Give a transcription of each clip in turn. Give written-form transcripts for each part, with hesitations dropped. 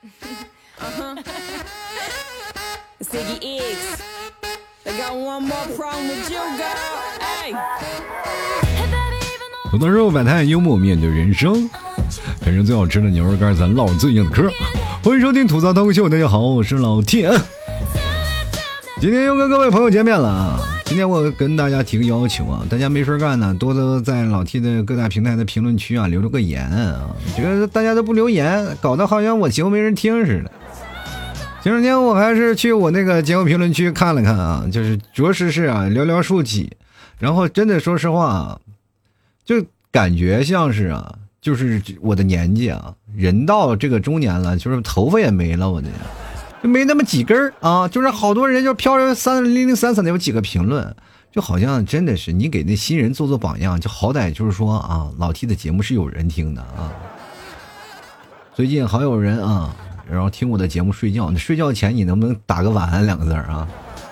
吐槽肉摆摊，幽默面对人生，反正最好吃的牛肉干，咱唠最硬的嗑。欢迎收听吐槽脱口秀，大家好，我是老 T。今天又跟各位朋友见面了啊！今天我跟大家提个要求啊，大家没事干呢，多多在老 T 的各大平台的评论区啊留个言啊。这个大家都不留言，搞得好像我节目没人听似的。前两天我还是去我那个节目评论区看了看啊，就是着实是啊寥寥数几，然后真的说实话啊，就感觉像是啊，就是我的年纪啊，人到这个中年了，就是头发也没了，我的。就没那么几根啊，就是好多人就飘着零零散散的有几个评论，就好像真的是你给那新人做做榜样，就好歹就是说啊，老 T 的节目是有人听的啊。最近好有人啊，然后听我的节目睡觉，你睡觉前你能不能打个晚安两个字啊？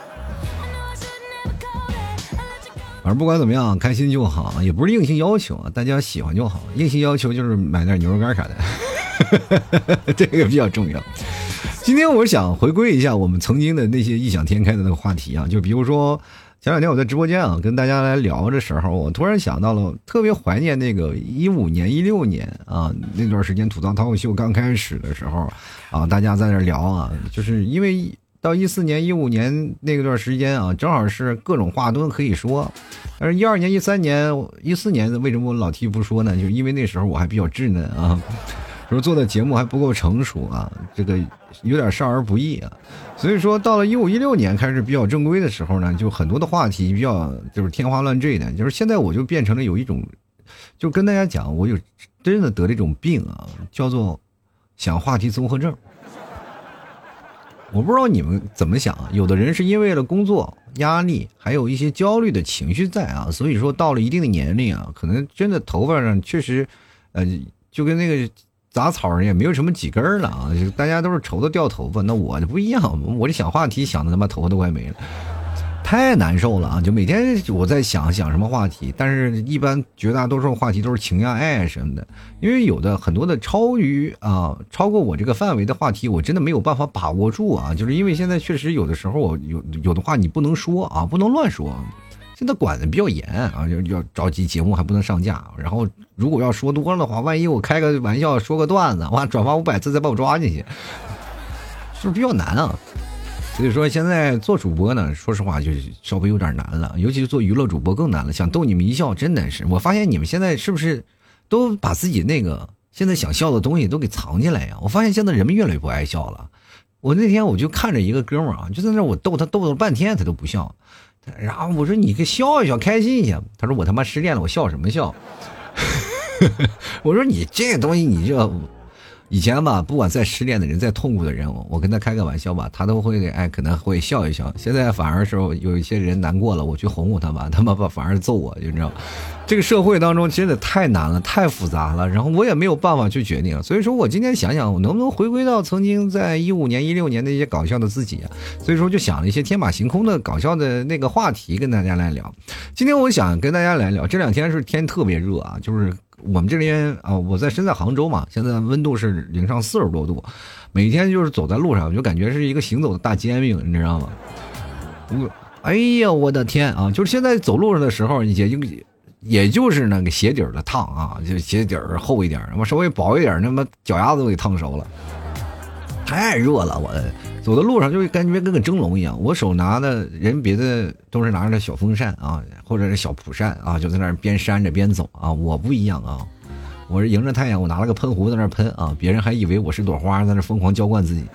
反正不管怎么样，开心就好，也不是硬性要求啊，大家喜欢就好。硬性要求就是买点牛肉干啥的，这个比较重要。今天我想回归一下我们曾经的那些异想天开的那个话题啊，就比如说前两天我在直播间啊跟大家来聊的时候，我突然想到了特别怀念那个15年16年啊，那段时间吐槽脱口秀刚开始的时候啊，大家在那聊啊，就是因为到14年15年那段时间啊，正好是各种话都可以说。但是12年13年14年为什么我老提不说呢？就是因为那时候我还比较稚嫩啊，就是做的节目还不够成熟啊，这个有点少儿不宜啊。所以说到了15、16年开始比较正规的时候呢，就很多的话题比较就是天花乱坠的。就是现在我就变成了有一种，就跟大家讲，我有真的得了一种病啊，叫做想话题综合症。我不知道你们怎么想，有的人是因为了工作压力还有一些焦虑的情绪在啊，所以说到了一定的年龄啊，可能真的头发上确实就跟那个杂草也没有什么几根了啊，大家都是愁的掉头发，那我就不一样，我这想话题想的他妈头发都快没了，太难受了啊！就每天我在想什么话题，但是一般绝大多数话题都是情呀爱什么的，因为有的很多的超过我这个范围的话题，我真的没有办法把握住啊，就是因为现在确实有的时候我有的话你不能说啊，不能乱说。现在管的比较严啊，要着急节目还不能上架，然后如果要说多了的话，万一我开个玩笑说个段子，哇，转发500次再把我抓进去，是不是比较难啊？所以说现在做主播呢，说实话就稍微有点难了，尤其是做娱乐主播更难了，想逗你们一笑真的是，我发现你们现在是不是都把自己那个现在想笑的东西都给藏起来呀？我发现现在人们越来越不爱笑了。我那天我就看着一个哥们儿啊，就在那我逗了半天他都不笑。然后我说你给笑一笑开心一下，他说我他妈失恋了，我笑什么笑？我说你这个东西你这以前吧，不管再失恋的人再痛苦的人，我跟他开个玩笑吧，他都会可能会笑一笑。现在反而是有一些人难过了，我去哄哄他吧，他妈反而揍我，你知道吗？这个社会当中真的太难了，太复杂了，然后我也没有办法去决定。所以说我今天想想，我能不能回归到曾经在15年16年的一些搞笑的自己啊？所以说就想了一些天马行空的搞笑的那个话题跟大家来聊。今天我想跟大家来聊，这两天是天特别热啊，就是我们这边啊，我身在杭州嘛，现在温度是零上40多度，每天就是走在路上，我就感觉是一个行走的大煎饼，你知道吗？哎呀，我的天啊！就是现在走路上的时候，也就是那个鞋底的烫啊，就鞋底厚一点，稍微薄一点，那么脚丫子都给烫熟了，太热了。我走在路上就感觉跟个蒸笼一样，我手拿的人别的都是拿着小风扇啊，或者是小蒲扇啊，就在那儿边扇着边走啊。我不一样啊，我是迎着太阳，我拿了个喷壶在那儿喷啊，别人还以为我是朵花在那疯狂浇灌自己。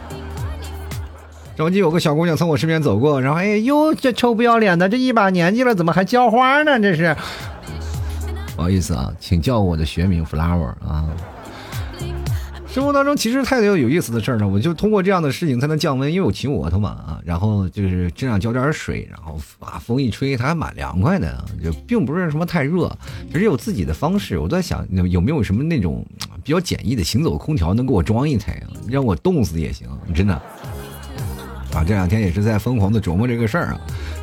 着急有个小姑娘从我身边走过，然后哟，这臭不要脸的，这一把年纪了怎么还浇花呢？这是不好意思啊，请叫我的学名 flower 啊。生活当中其实太多有意思的事儿了，我就通过这样的事情才能降温，因为我骑摩托嘛啊，然后就是这样浇点水，然后风一吹它还蛮凉快的，就并不是什么太热，其实有自己的方式。我在想有没有什么那种比较简易的行走空调能给我装一台，让我冻死也行，真的。啊，这两天也是在疯狂的琢磨这个事儿啊。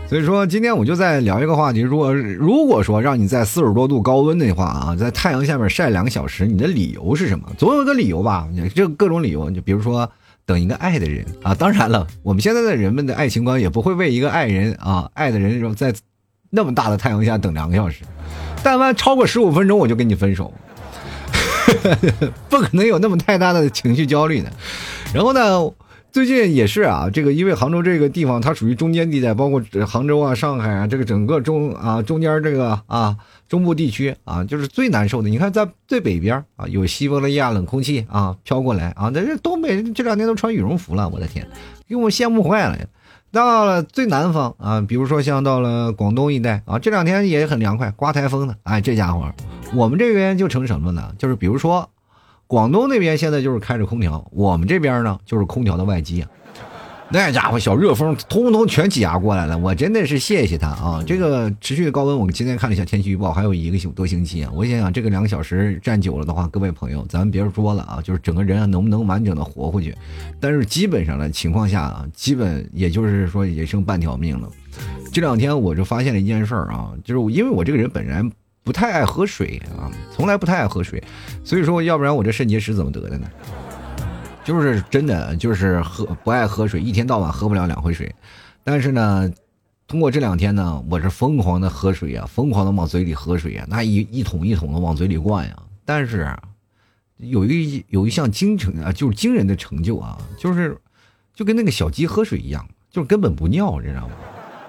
所以说今天我就在聊一个话题，如果说让你在40多度高温的话啊，在太阳下面晒2个小时，你的理由是什么？总有一个理由吧，这各种理由，就比如说等一个爱的人啊。当然了，我们现在的人们的爱情观也不会为一个爱人啊，爱的人在那么大的太阳下等2个小时，但凡超过15分钟我就跟你分手。不可能有那么太大的情绪焦虑的。然后呢，最近也是啊，这个因为杭州这个地方它属于中间地带，包括杭州啊、上海啊，这个整个中间这个中部地区啊，就是最难受的。你看在最北边啊，有西伯利亚冷空气啊飘过来啊，但是东北这2天都穿羽绒服了，我的天，给我羡慕坏了。到了最南方啊，比如说像到了广东一带啊，这2天也很凉快，刮台风的。哎，这家伙，我们这边就成什么呢？就是比如说，广东那边现在就是开着空调，我们这边呢就是空调的外机啊。那家伙小热风通通全挤压过来了，我真的是谢谢他啊！这个持续的高温，我今天看了一下天气预报，还有1个多星期啊。我想这个2个小时站久了的话，各位朋友，咱们别说了啊，就是整个人能不能完整的活回去？但是基本上的情况下啊，基本也就是说也剩半条命了。这2天我就发现了一件事啊，就是因为我这个人本来不太爱喝水啊，从来不太爱喝水，所以说要不然我这肾结石怎么得的呢？就是真的就是不爱喝水，一天到晚喝不了2回水。但是呢，通过这2天呢，我是疯狂的喝水啊，疯狂的往嘴里喝水啊，那一桶一桶的往嘴里灌呀。但是有一项就是惊人的成就啊，就跟那个小鸡喝水一样，就是根本不尿，知道吗？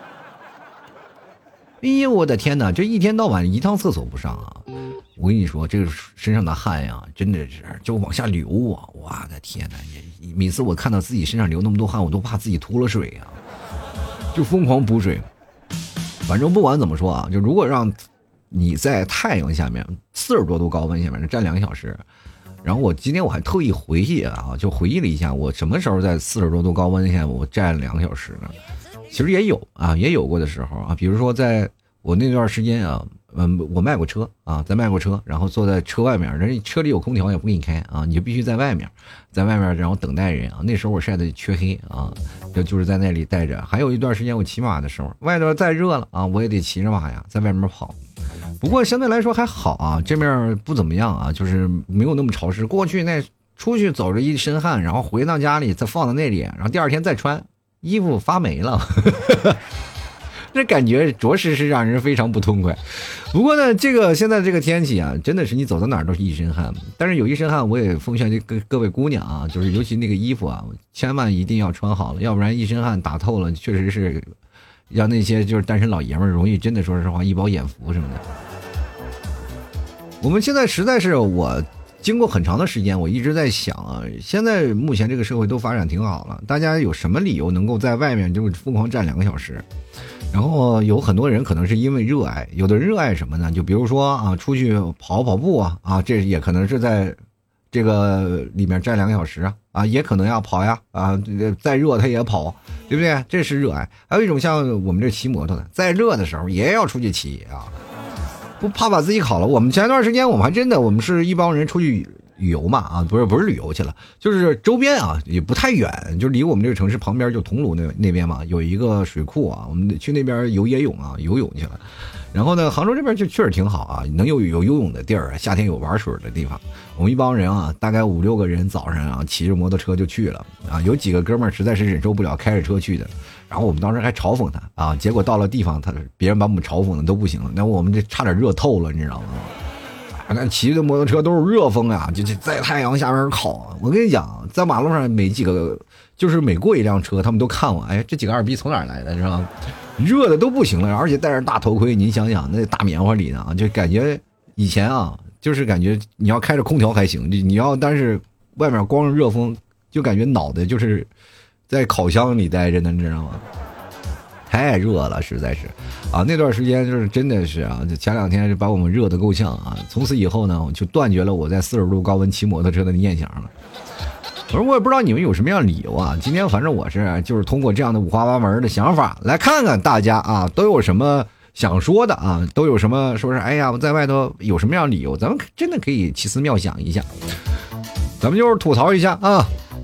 哎呀，我的天哪，这一天到晚一趟厕所不上啊！我跟你说，这个身上的汗呀，真的是就往下流啊！我的天哪，每次我看到自己身上流那么多汗，我都怕自己脱了水啊，就疯狂补水。反正不管怎么说啊，就如果让你在太阳下面40多度高温下面站2个小时，然后今天我还特意回忆啊，就回忆了一下，我什么时候在40多度高温下我站2个小时呢？其实也有过的时候啊，比如说在我那段时间啊，我卖过车啊，卖过车，然后坐在车外面，人车里有空调也不给你开啊，你就必须在外面，然后等待人啊。那时候我晒得黢黑啊，就是在那里待着。还有一段时间我骑马的时候，外头再热了啊，我也得骑着马呀，在外面跑。不过相对来说还好啊，这面不怎么样啊，就是没有那么潮湿。过去那出去走着一身汗，然后回到家里再放在那里，然后第2天再穿，衣服发霉了。这感觉着实是让人非常不痛快。不过呢，现在这个天气啊，真的是你走到哪儿都是一身汗。但是有一身汗，我也奉劝各位姑娘啊，就是尤其那个衣服啊，千万一定要穿好了，要不然一身汗打透了，确实是让那些就是单身老爷们容易真的说实话一饱眼福什么的。我们现在实在是我经过很长的时间，我一直在想啊，现在目前这个社会都发展挺好了，大家有什么理由能够在外面就疯狂站2个小时？然后有很多人可能是因为热爱，有的人热爱什么呢？就比如说啊，出去跑步啊，这也可能是在这个里面站2个小时啊，也可能要跑呀啊，再热他也跑，对不对？这是热爱。还有一种像我们这骑摩托的，再热的时候也要出去骑啊，不怕把自己烤了。我们前段时间我们是一帮人出去旅游嘛啊，不是旅游去了，就是周边啊也不太远，就离我们这个城市旁边就桐庐那边嘛，有一个水库啊，我们去那边游泳去了。然后呢，杭州这边就确实挺好啊，能有游泳的地儿，夏天有玩水的地方。我们一帮人啊，大概5、6个人早上啊骑着摩托车就去了啊，有几个哥们儿实在是忍受不了，开着车去的。然后我们当时还嘲讽他啊，结果到了地方，别人把我们嘲讽的都不行了，那我们这差点热透了，你知道吗？那骑的摩托车都是热风啊，就在太阳下面烤。我跟你讲，在马路上就是每过一辆车，他们都看我，哎，这几个二逼从哪儿来的，是吧？热的都不行了，而且戴着大头盔，您想想那大棉花里呢，就感觉以前啊，就是感觉你要开着空调还行，你要但是外面光是热风，就感觉脑袋就是在烤箱里待着呢，你知道吗？太热了，实在是啊！那段时间就是真的是啊，前2天就把我们热得够呛啊！从此以后呢，我就断绝了我在40度高温骑摩托车的念想了。我也不知道你们有什么样的理由啊！今天反正我就是通过这样的五花八门的想法来看看大家啊都有什么想说的啊，都有什么说是哎呀我在外头有什么样的理由，咱们真的可以奇思妙想一下，咱们就是吐槽一下啊。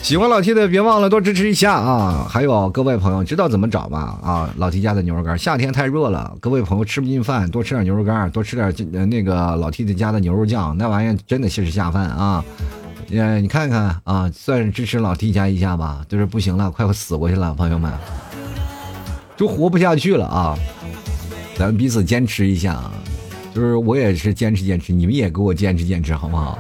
喜欢老 T 的别忘了多支持一下啊！还有各位朋友知道怎么找吗？啊，老 T 家的牛肉干，夏天太热了，各位朋友吃不进饭，多吃点牛肉干，多吃点那个老 T 的家的牛肉酱，那玩意儿真的是下饭啊！你看看啊，算是支持老 T 家一下吧，就是不行了，快死过去了，朋友们，就活不下去了啊！咱们彼此坚持一下啊，就是我也是坚持，你们也给我坚持，好不好？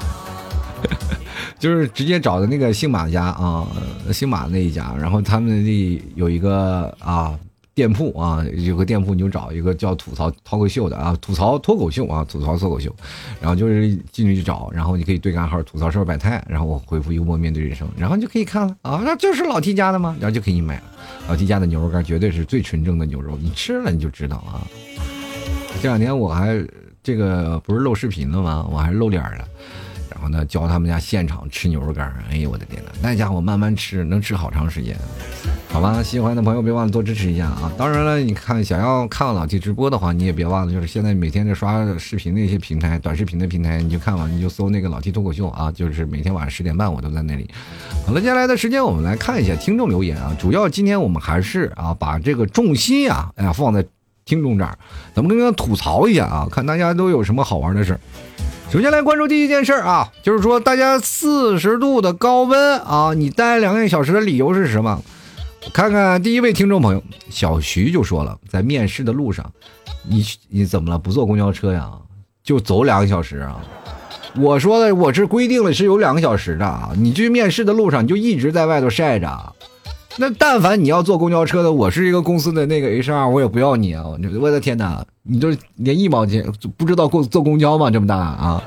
就是直接找的那个姓马家啊，姓马那一家，然后他们有一个店铺啊，有个店铺你就找一个叫吐槽脱口秀的啊，吐槽脱口秀，然后就是进去找，然后你可以对暗号吐槽社会百态，然后我回复幽默面对人生，然后就可以看了啊，那就是老 T 家的吗？然后就可以买了，老 T 家的牛肉干绝对是最纯正的牛肉，你吃了你就知道啊。这两天我还这个不是露视频了吗？我还露脸了。然后呢，教他们家现场吃牛肉干，哎呦我的天哪，那家伙慢慢吃，能吃好长时间，好吧？喜欢的朋友别忘了多支持一下啊！当然了，你看想要看老 T 直播的话，你也别忘了，就是现在每天在刷视频的一些平台，短视频的平台，你就看完你就搜那个老 T 脱口秀啊，就是每天晚上10点半我都在那里。好了，接下来的时间我们来看一下听众留言啊，主要今天我们还是把这个重心放在听众这儿，咱们跟他吐槽一下啊，看大家都有什么好玩的事儿。首先来关注第一件事啊，就是说大家40度的高温啊，你待2个小时的理由是什么？我看看第一位听众朋友小徐就说了，在面试的路上，你怎么了？不坐公交车呀？就走2个小时啊？我说的我是规定了是有2个小时的啊，你去面试的路上你就一直在外头晒着。那但凡你要坐公交车的，我是一个公司的那个 HR， 我也不要你啊！我的天哪，你就连1毛钱不知道坐公交吗？这么大啊！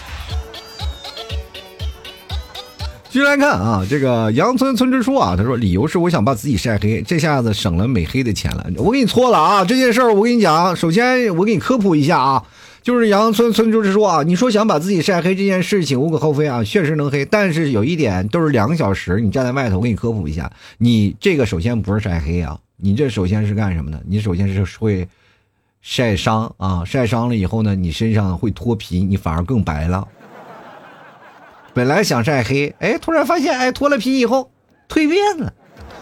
继续来看啊，这个杨村村支书啊，他说理由是我想把自己晒黑，这下子省了美黑的钱了。我给你错了啊！这件事儿我跟你讲，首先我给你科普一下啊。就是杨村支书啊，你说想把自己晒黑这件事情无可厚非啊，确实能黑，但是有一点都是2个小时，你站在外头，我给你科普一下，你这个首先不是晒黑啊，你这首先是干什么呢？你首先是会晒伤啊，晒伤了以后呢，你身上会脱皮，你反而更白了。本来想晒黑，突然发现脱了皮以后蜕变了。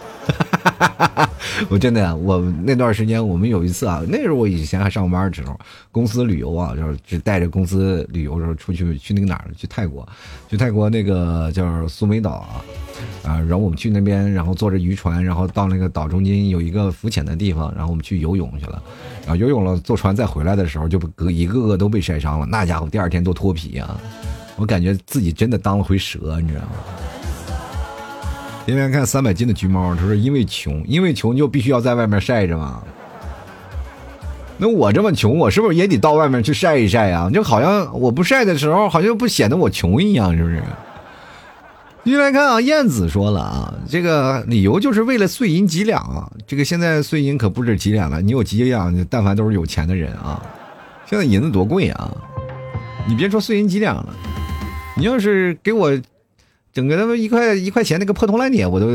我真的我那段时间我们有一次啊，那时候我以前还上班的时候，公司旅游啊，就是带着公司旅游的时候出去那个哪儿，去泰国那个叫苏梅岛然后我们去那边，然后坐着渔船，然后到那个岛中间有一个浮潜的地方，然后我们去游泳去了，然后游泳了，坐船再回来的时候，就一个个都被晒伤了，那家伙第2天都脱皮啊，我感觉自己真的当了回蛇，你知道吗？边边看300斤的橘猫，他说因为穷就必须要在外面晒着嘛。那我这么穷，我是不是也得到外面去晒一晒啊？就好像我不晒的时候，好像不显得我穷一样，是不是？继续来看啊，燕子说了啊，这个理由就是为了碎银几两啊。这个现在碎银可不止几两了，你有几两，但凡都是有钱的人啊。现在银子多贵啊！你别说碎银几两了，你要是给我整个他们一块钱那个破铜烂铁我都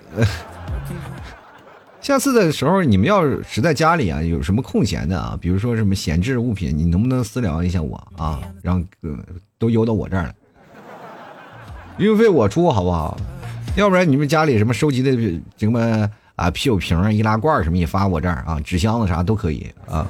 下次的时候你们要是在家里啊有什么空闲的啊，比如说什么闲置物品，你能不能私聊一下我啊，让都邮到我这儿来，运费我出好不好？要不然你们家里什么收集的什么啤酒瓶易拉罐什么也发我这儿啊，纸箱子啥都可以啊，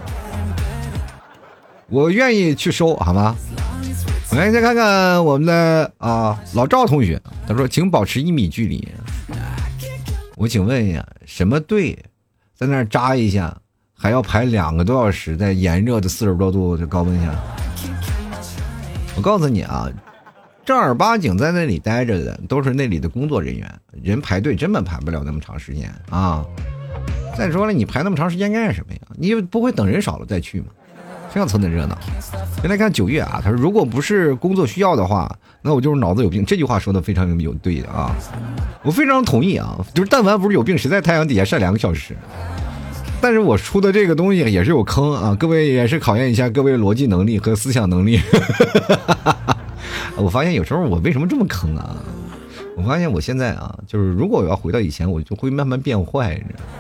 我愿意去收好吗？我们再看看我们的老赵同学，他说请保持1米距离。我请问一下，什么队在那儿扎一下还要排2个多小时，在炎热的40多度的高温下？我告诉你啊，正儿八经在那里待着的都是那里的工作人员，人排队根本排不了那么长时间啊。再说了，你排那么长时间干什么呀？你不会等人少了再去吗？这样凑的热闹。先来看9月啊，他说如果不是工作需要的话，那我就是脑子有病。这句话说的非常有对的啊，我非常同意啊，就是但凡不是有病，谁在太阳底下晒2个小时？但是我出的这个东西也是有坑啊，各位也是考验一下各位逻辑能力和思想能力。我发现有时候我为什么这么坑啊？我发现我现在啊，就是如果我要回到以前，我就会慢慢变坏，你知道吗？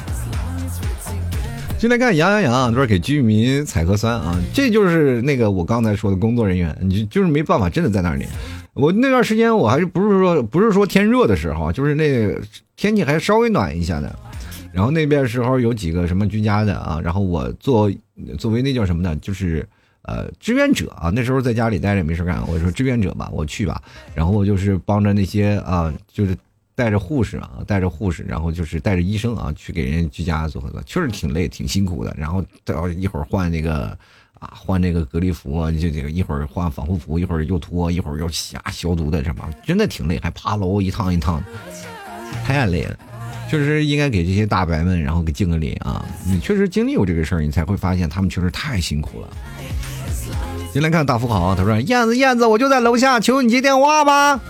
进来看杨他说给居民采核酸啊，这就是那个我刚才说的工作人员，你就是没办法，真的在那里。 我那段时间我还是不是说天热的时候，就是那天气还稍微暖一下的。然后那边时候有几个什么居家的啊，然后我作为那叫什么呢，就是志愿者啊，那时候在家里待着没事干，我说志愿者吧，我去吧。然后我就是帮着那些啊，就是带着护士，然后就是带着医生啊，去给人居家做核酸，确实挺累挺辛苦的。然后一会儿换那个隔离服啊，这个一会儿换防护服，一会儿又脱，一会儿又消毒的什么，真的挺累，还爬楼一趟一趟，太累了。确实应该给这些大白们，然后给敬个礼啊！你确实经历过这个事儿，你才会发现他们确实太辛苦了。先来看大富豪，他说：“燕子，我就在楼下，求你接电话吧。”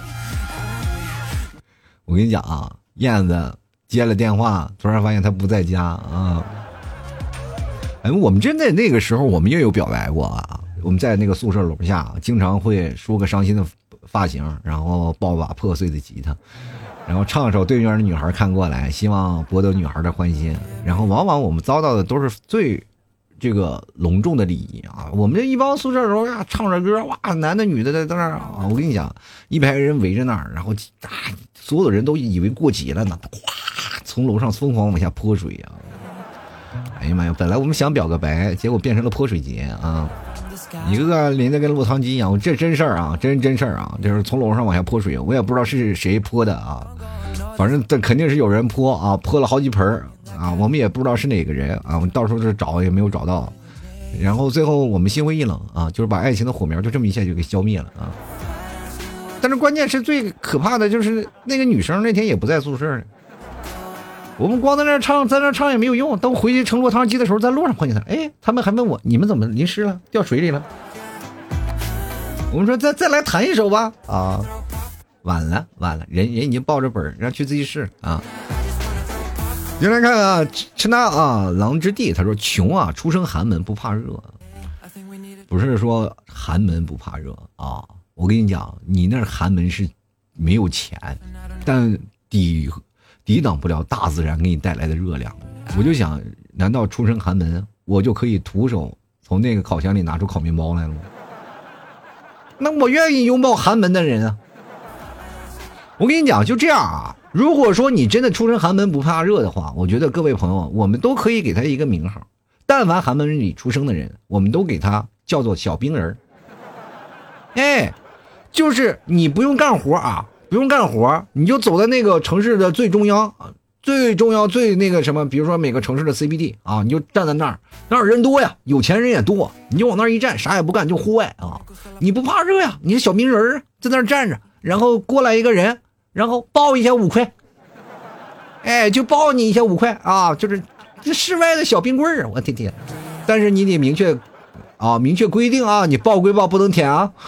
我跟你讲啊，燕子接了电话，突然发现他不在家啊。哎，我们真的那个时候，我们也有表白过啊。我们在那个宿舍楼下，经常会梳个伤心的发型，然后抱把破碎的吉他。然后唱首对面的女孩看过来，希望博得女孩的欢心。然后往往我们遭到的都是最这个隆重的礼仪啊！我们这一帮宿舍楼呀，唱着歌，哇，男的女的在那儿啊！我跟你讲，一排人围着那儿，然后所有的人都以为过节了呢，哗，从楼上疯狂往下泼水啊！哎呀妈呀！本来我们想表个白，结果变成了泼水节啊！一个淋得跟落汤鸡一样，这真事儿啊，真事儿啊！就是从楼上往下泼水，我也不知道是谁泼的啊。反正这肯定是有人泼啊，泼了好几盆啊，我们也不知道是哪个人啊，我们到时候是找也没有找到，然后最后我们心灰意冷啊，就是把爱情的火苗就这么一下就给消灭了啊。但是关键是最可怕的就是那个女生那天也不在宿舍呢，我们光在那唱也没有用，等回去盛落汤鸡的时候，在路上碰见他，哎，他们还问我你们怎么淋湿了，掉水里了？我们说再来弹一首吧啊。晚了，人已经抱着本让去自习室啊。先来看啊，吃那啊，狼之地，他说穷啊，出生寒门不怕热，不是说寒门不怕热啊。我跟你讲，你那寒门是没有钱，但抵挡不了大自然给你带来的热量。我就想，难道出生寒门，我就可以徒手从那个烤箱里拿出烤面包来了吗？那我愿意拥抱寒门的人啊。我跟你讲，就这样啊。如果说你真的出身寒门不怕热的话，我觉得各位朋友，我们都可以给他一个名号。但凡寒门里出生的人，我们都给他叫做小冰人。哎，就是你不用干活啊，不用干活，你就走在那个城市的最中央，最那个什么，比如说每个城市的 CBD 啊，你就站在那儿，那儿人多呀，有钱人也多，你就往那儿一站，啥也不干就户外啊，你不怕热呀，你是小冰人在那儿站着，然后过来一个人。然后报一下5块，哎，就报你一下5块啊，就是这室外的小冰棍儿，我天天！但是你得明确规定啊，你报归报，不能舔啊。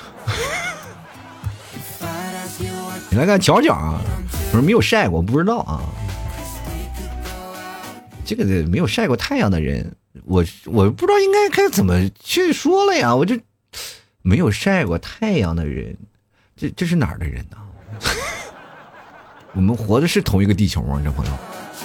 你来看巧巧啊，我说没有晒过，不知道啊。这个没有晒过太阳的人，我不知道应该怎么去说了呀。我这没有晒过太阳的人，这是哪儿的人呢？我们活的是同一个地球吗？这朋友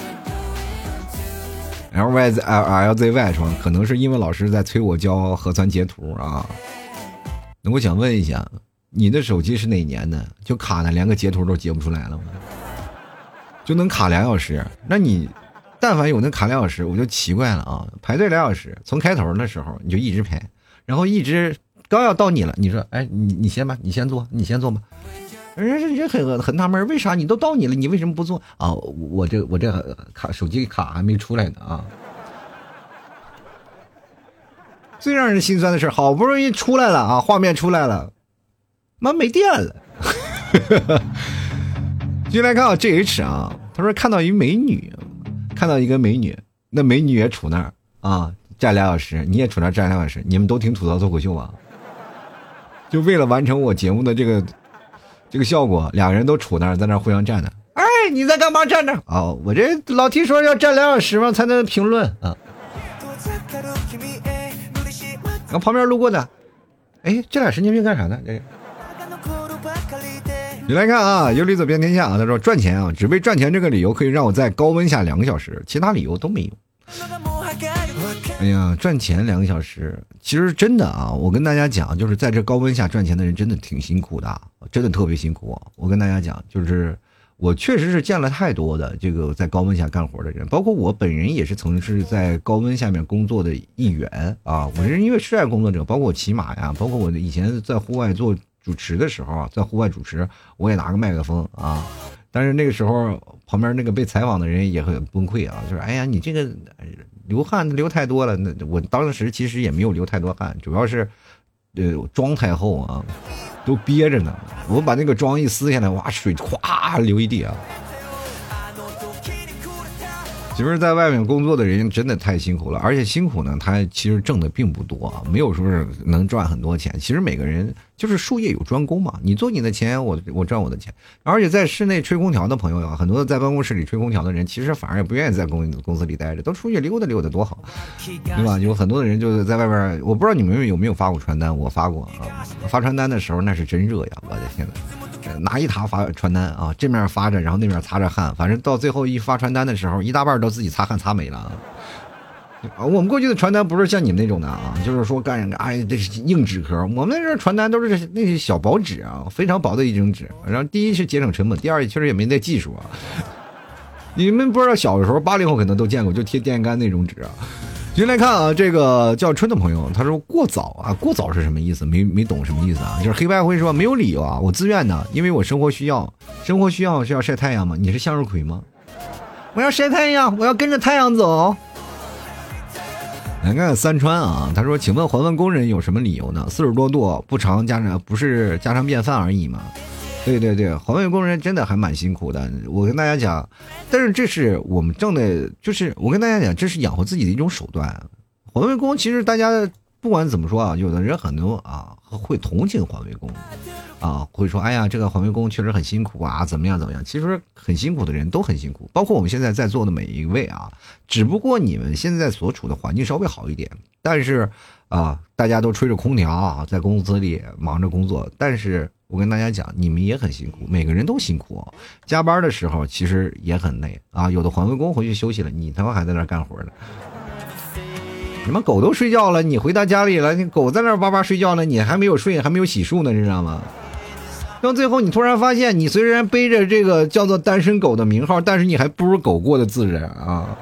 LYZY 说可能是因为老师在催我交核酸截图啊。那我想问一下，你的手机是哪年的？就卡的连个截图都截不出来了吗？就能卡2小时？那你但凡有那卡2小时，我就奇怪了啊！排队2小时，从开头的时候你就一直排，然后一直刚要到你了，你说哎你先吧，你先做吧。人很纳闷，为啥你都到你了，你为什么不做啊？我这卡手机卡还没出来呢啊！最让人心酸的是，好不容易出来了啊，画面出来了，妈没电了。进来看啊 GH 啊，他说看到一个美女，那美女也杵那儿啊，站2小时，你也杵那儿站2小时，你们都听吐槽脱口秀啊？就为了完成我节目的这个效果，2个人都杵那儿，在那儿互相站着。哎，你在干嘛站着？哦，我这老T说要站2小时嘛，才能评论啊。然后旁边路过的，哎，这俩神经病干啥呢？这你来看啊，有理走遍天下啊。他说赚钱啊，只为赚钱这个理由可以让我在高温下2个小时，其他理由都没有。 哎呀，赚钱2个小时，其实真的啊，我跟大家讲，就是在这高温下赚钱的人真的挺辛苦的，真的特别辛苦。我跟大家讲，就是我确实是见了太多的这个在高温下干活的人，包括我本人也是曾是在高温下面工作的一员啊。我是因为室外工作者，包括我骑马呀，包括我以前在户外做主持的时候啊，在户外主持，我也拿个麦克风啊。但是那个时候旁边那个被采访的人也很崩溃啊，就是哎呀，你这个流汗流太多了。那我当时其实也没有流太多汗，主要是妆太厚啊，都憋着呢。我把那个妆一撕下来，哇，水哗流一地啊。其实在外面工作的人真的太辛苦了，而且辛苦呢，他其实挣的并不多，没有说是能赚很多钱。其实每个人就是术业有专攻嘛，你做你的钱，我赚我的钱。而且在室内吹空调的朋友啊，很多在办公室里吹空调的人，其实反而也不愿意在公司里待着，都出去溜达溜达多好，对吧？有很多的人就是在外边，我不知道你们有没有发过传单，我发过啊。发传单的时候那是真热呀，我的天哪！拿一沓发传单啊，这面发着，然后那边擦着汗，反正到最后一发传单的时候，一大半都自己擦汗擦没了。我们过去的传单不是像你们那种的啊，就是说哎，这是硬纸壳。我们那时候传单都是那些小薄纸啊，非常薄的一张纸。然后第一是节省成本，第二确实也没那技术啊。你们不知道小的时候80后可能都见过，就贴电线杆那种纸啊。先来看啊，这个叫春的朋友，他说过早啊，过早是什么意思？没懂什么意思啊？就是黑白灰说没有理由啊，我自愿的，因为我生活需要是要晒太阳吗？你是向日葵吗？我要晒太阳，我要跟着太阳走。来看三川啊，他说，请问环卫工人有什么理由呢？40多度不是家常便饭而已吗？对，环卫工人真的还蛮辛苦的。我跟大家讲，但是这是我们挣的，就是我跟大家讲，这是养活自己的一种手段。环卫工其实大家不管怎么说啊，有的人很多啊会同情环卫工啊，会说哎呀，这个环卫工确实很辛苦啊，怎么样。其实很辛苦的人都很辛苦，包括我们现在在座的每一位啊，只不过你们现在所处的环境稍微好一点，但是啊，大家都吹着空调啊，在公司里忙着工作，但是我跟大家讲，你们也很辛苦，每个人都辛苦，加班的时候其实也很累啊。有的环卫工回去休息了，你他妈还在那干活呢。你们狗都睡觉了，你回到家里了，你狗在那哇哇睡觉了，你还没有睡，还没有洗漱呢，知道吗？到最后你突然发现，你虽然背着这个叫做单身狗的名号，但是你还不如狗过得自然啊。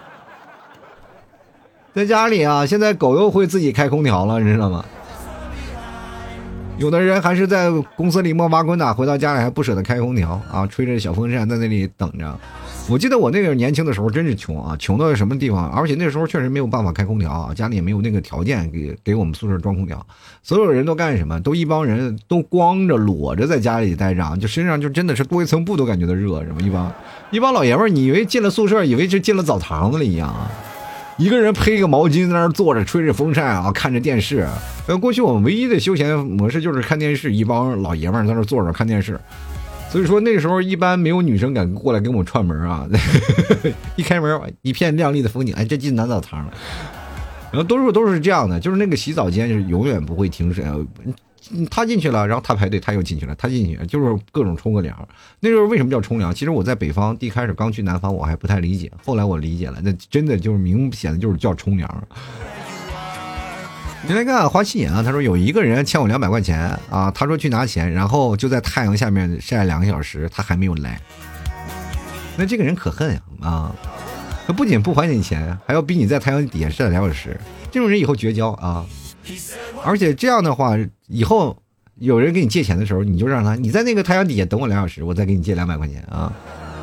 在家里啊，现在狗又会自己开空调了，你知道吗？有的人还是在公司里摸爬滚打，回到家里还不舍得开空调啊，吹着小风扇在那里等着。我记得我那个年轻的时候真是穷啊，穷到什么地方？而且那时候确实没有办法开空调啊，家里也没有那个条件给我们宿舍装空调。所有人都干什么？都一帮人都光着裸着在家里待着，就身上就真的是多一层布都感觉到热，什么一帮老爷们儿，你以为进了宿舍，以为是进了澡堂子了一样啊。一个人披个毛巾在那儿坐着，吹着风扇啊，看着电视。过去我们唯一的休闲模式就是看电视，一帮老爷们儿在那儿坐着看电视。所以说那时候一般没有女生敢过来给我们串门啊，一开门一片亮丽的风景，哎，这进男澡堂了。然后多数都是这样的，就是那个洗澡间是永远不会停止。他进去了，然后他排队，他又进去了，他进去就是各种冲个凉。那时候为什么叫冲凉？其实我在北方一开始刚去南方，我还不太理解，后来我理解了，那真的就是明显的就是叫冲凉。你来看花心眼啊，他说有一个人欠我200块钱啊，他说去拿钱，然后就在太阳下面晒2个小时，他还没有来。那这个人可恨呀啊！他不仅不还你钱，还要逼你在太阳底下晒2小时，这种人以后绝交啊！而且这样的话，以后有人给你借钱的时候，你就让你在那个太阳底下等我2小时，我再给你借200块钱啊！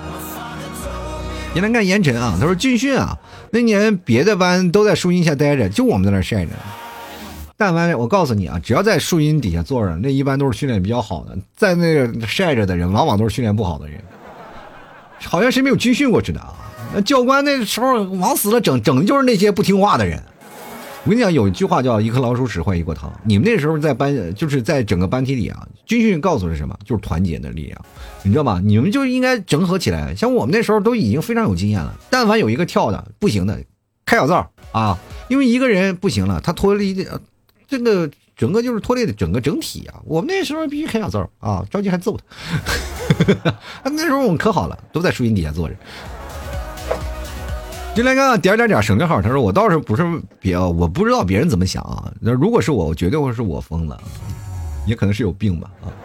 你来看严晨啊，他说军训啊，那年别的班都在树荫下待着，就我们在那晒着。但凡我告诉你啊，只要在树荫底下坐着，那一般都是训练比较好的，在那个晒着的人，往往都是训练不好的人。好像谁没有军训过似的啊？那教官那时候往死了整的就是那些不听话的人。我跟你讲，有一句话叫一颗老鼠屎坏一锅汤。你们那时候在班，就是在整个班体里啊，军训告诉是什么？就是团结的力量，你知道吗？你们就应该整合起来。像我们那时候都已经非常有经验了，但凡有一个跳的不行的，开小灶啊，因为一个人不行了，他脱离这个整个就是拖累的整个整体啊！我们那时候必须开小灶啊，着急还揍他。那时候我们可好了，都在树荫底下坐着。 进来看点省略号，他说我倒是不是我不知道别人怎么想啊。那如果是我绝对会是我疯了，也可能是有病吧啊。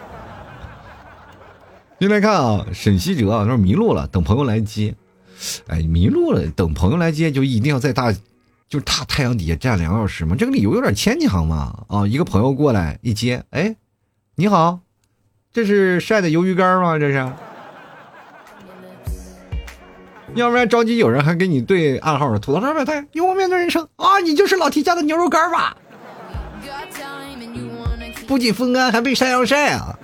进来看啊，沈西哲他说迷路了，等朋友来接。哎，迷路了，等朋友来接就一定要在就是大太阳底下站2个小时吗？这个理由有点牵强嘛啊！一个朋友过来一接，哎，你好，这是晒的鱿鱼干吗？这是。要不然着急有人还给你对暗号，吐槽说百态，有我面对人生啊，你就是老 T 家的牛肉干吧？不仅风干，还被晒阳晒啊！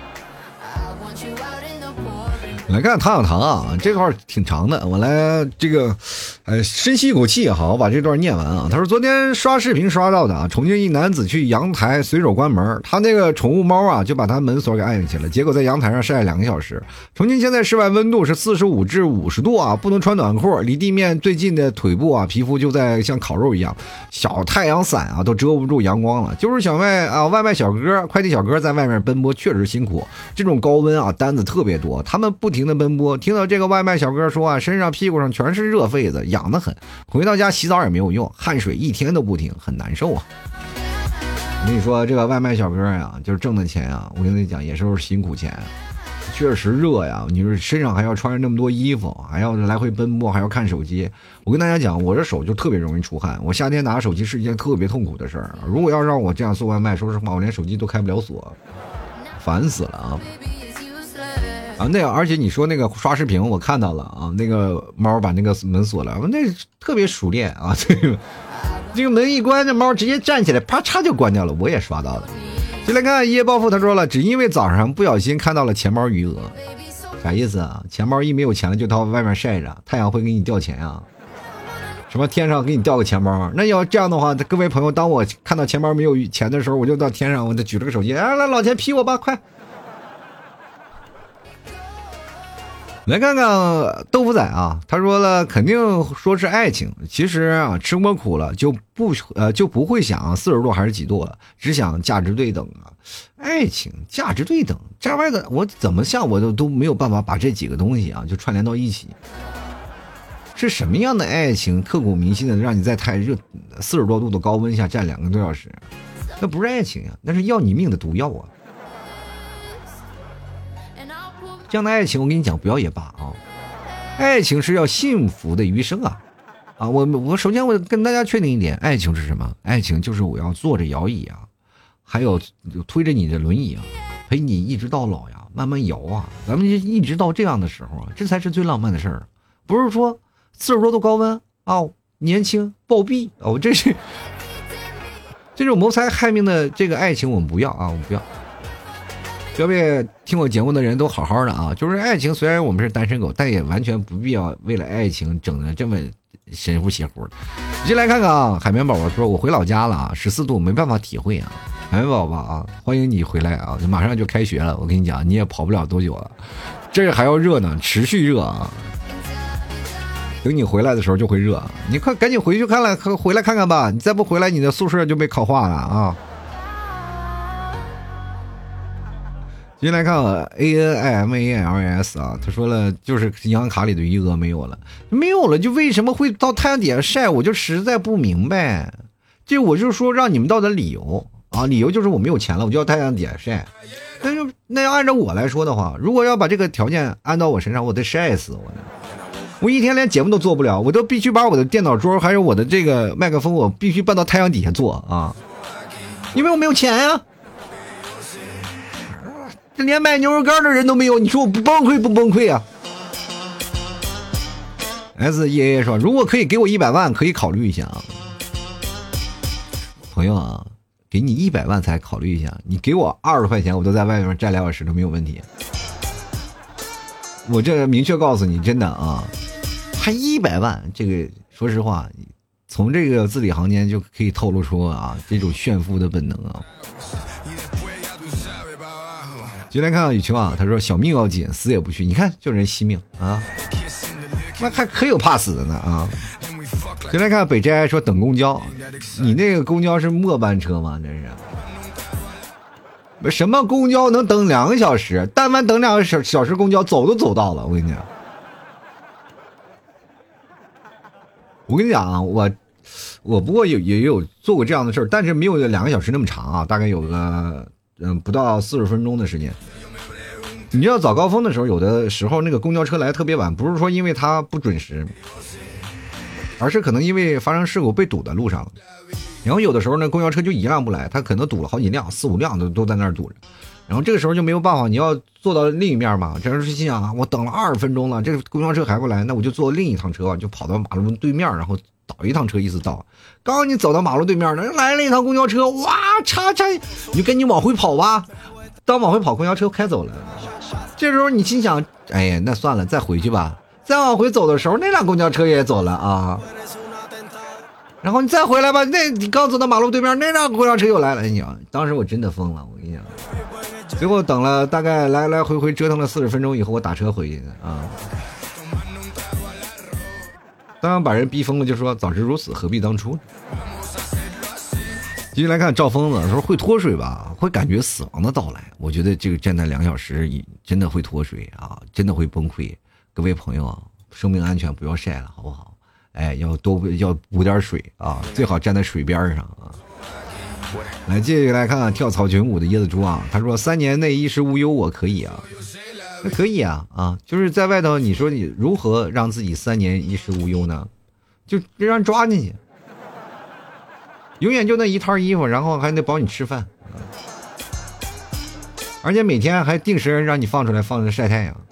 来看唐小唐啊，这段挺长的，我来这个，深吸一口气，好，我把这段念完啊。他说昨天刷视频刷到的啊，重庆一男子去阳台随手关门，他那个宠物猫啊就把他门锁给按下去了，结果在阳台上晒了2个小时。重庆现在室外温度是45至50度啊，不能穿短裤，离地面最近的腿部啊，皮肤就在像烤肉一样，小太阳伞啊都遮不住阳光了。就是外卖小哥、快递小哥在外面奔波确实辛苦，这种高温啊单子特别多，他们不停的奔波，听到这个外卖小哥说啊，身上屁股上全是热痱子，痒得很，回到家洗澡也没有用，汗水一天都不停，很难受啊。我跟你说，这个外卖小哥呀，就是挣的钱啊，我跟你讲也是辛苦钱，确实热呀，你说身上还要穿着那么多衣服，还要来回奔波，还要看手机。我跟大家讲，我这手就特别容易出汗，我夏天拿手机是一件特别痛苦的事儿。如果要让我这样送外卖，说实话，我连手机都开不了锁，烦死了啊！啊，而且你说那个刷视频，我看到了啊，那个猫把那个门锁了，那特别熟练啊，这个门一关，这猫直接站起来，啪嚓就关掉了，我也刷到了。就来看一夜暴富，他说了，只因为早上不小心看到了钱包余额，啥意思啊？钱包一没有钱了就到外面晒着，太阳会给你掉钱啊？什么天上给你掉个钱包？那要这样的话，各位朋友，当我看到钱包没有钱的时候，我就到天上，我就举了个手机，来老钱劈我吧，快！来看看豆腐仔啊，他说了，肯定说是爱情，其实啊，吃过苦了就不会想40度还是几度了，只想价值对等啊。爱情价值对等，这玩意儿我怎么想我都没有办法把这几个东西啊就串联到一起。是什么样的爱情刻骨铭心的让你在太热40多度的高温下站2个多小时？那不是爱情啊，那是要你命的毒药啊！这样的爱情我跟你讲不要也罢啊，爱情是要幸福的余生啊！啊，我首先我跟大家确定一点，爱情是什么？爱情就是我要坐着摇椅啊，还有推着你的轮椅啊，陪你一直到老呀，慢慢摇啊，咱们一直到这样的时候啊，这才是最浪漫的事儿。不是说40多度高温啊，年轻暴毙啊，我这是这种谋财害命的这个爱情我们不要啊，我们不要。各位听我节目的人都好好的啊，就是爱情虽然我们是单身狗，但也完全不必要为了爱情整的这么神乎邪乎的。进来看看啊，海绵宝宝说我回老家了啊，14度没办法体会啊。海绵宝宝啊，欢迎你回来啊，马上就开学了，我跟你讲你也跑不了多久了，这还要热呢，持续热啊。等你回来的时候就会热，你快赶紧回去回来看看吧，你再不回来你的宿舍就被烤化了啊。进来看ANIMALS 啊，他说了，就是银行卡里的余额没有了，就为什么会到太阳底下晒，我就实在不明白。这我就说让你们到的理由啊，理由就是我没有钱了，我就要太阳底下晒。那要按照我来说的话，如果要把这个条件安到我身上，我得晒死我呢。我一天连节目都做不了，我都必须把我的电脑桌还有我的这个麦克风，我必须搬到太阳底下做啊，因为我没有钱呀。这连买牛肉干的人都没有，你说我不崩溃不崩溃啊 ？SEA 说，如果可以给我100万，可以考虑一下啊。朋友啊，给你100万才考虑一下，你给我20块钱，我都在外面站2小时都没有问题。我这明确告诉你，真的啊，还100万，这个说实话，从这个字里行间就可以透露出啊这种炫富的本能啊。就来看到雨晴啊，他说小命要紧，死也不去。你看，就人惜命啊，那还可有怕死的呢啊！就来看北斋说等公交，你那个公交是末班车吗？这是什么公交能等2个小时？但凡等2个小时公交，走都走到了。我跟你讲， 我跟你讲啊，我不过也有做过这样的事儿，但是没有2个小时那么长啊，大概有个不到40分钟的时间。你知道早高峰的时候，有的时候那个公交车来特别晚，不是说因为它不准时，而是可能因为发生事故被堵在路上了。然后有的时候呢，公交车就一辆不来，它可能堵了好几辆，4、5辆都在那儿堵着。然后这个时候就没有办法，你要坐到另一面嘛。这时心想啊，我等了20分钟了，这个公交车还不来，那我就坐另一趟车，就跑到马路对面，然后倒一趟车，意思到。刚你走到马路对面呢，来了一趟公交车，哇，叉，你就赶紧往回跑吧。当往回跑，公交车开走了。这时候你心想，哎呀，那算了，再回去吧。再往回走的时候，那辆公交车也走了啊。然后你再回来吧，那你刚走到马路对面，那辆公交车又来了。哎呀，当时我真的疯了，我跟你讲。最后等了大概来来回回折腾了40分钟以后，我打车回去的啊。当然把人逼疯了，就说早知如此，何必当初。继续来看赵疯子说，会脱水吧，会感觉死亡的到来。我觉得这个站在2小时真的会脱水啊，真的会崩溃。各位朋友啊，生命安全不要晒了，好不好？哎，要补点水啊，最好站在水边上啊。来，接着来看跳草裙舞的椰子猪啊，他说3年内衣食无忧，我可以啊，那可以啊啊，就是在外头，你说你如何让自己3年衣食无忧呢？就让人抓进去。永远就那一套衣服，然后还得保你吃饭，而且每天还定时让你放出来放着晒太阳。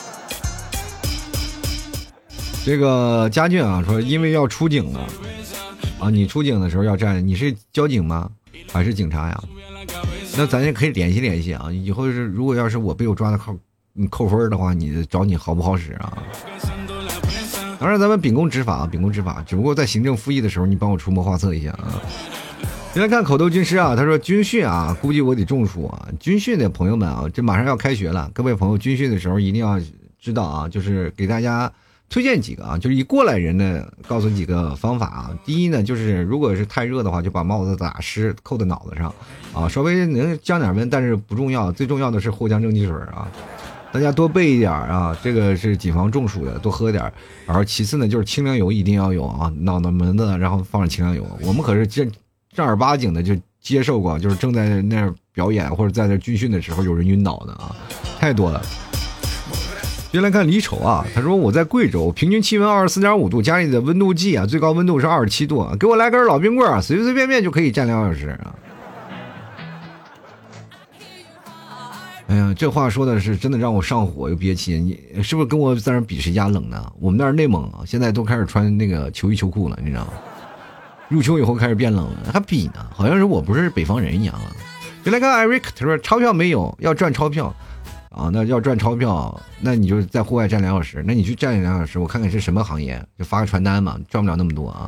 这个家俊啊说，因为要出警了啊，你出警的时候要站，你是交警吗？还是警察呀？那咱也可以联系联系啊。以后是如果要是我被我抓的扣分的话，你找你好不好使啊？当然咱们秉公执法，只不过在行政复议的时候，你帮我出谋划策一下啊。先来看口头军师啊，他说军训啊，估计我得中暑啊。军训的朋友们啊，这马上要开学了，各位朋友军训的时候一定要知道啊，就是给大家推荐几个啊，就是以过来人呢告诉几个方法啊。第一呢，就是如果是太热的话，就把帽子打湿扣在脑子上啊，稍微能降点温，但是不重要，最重要的是藿香正气水啊。大家多备一点啊，这个是谨防中暑的，多喝点。然后其次呢，就是清凉油一定要有啊，脑门子然后放上清凉油。我们可是正儿八经的就接受过，就是正在那儿表演或者在那军训的时候有人晕倒的啊，太多了。接来看李丑啊，他说我在贵州，平均气温24.5度，家里的温度计啊，最高温度是27度啊，给我来根老冰棍啊，随随便便就可以站2小时啊。哎呀，这话说的是真的让我上火又憋气，你是不是跟我在那比谁家冷呢？我们那儿内蒙啊，现在都开始穿那个秋衣秋裤了，你知道吗？入秋以后开始变冷了，还比呢，好像是我不是北方人一样啊。就来看艾瑞克，他说钞票没有，要赚钞票啊，那要赚钞票，那你就在户外站2小时，那你去站2小时，我看看是什么行业，就发个传单嘛，赚不了那么多啊。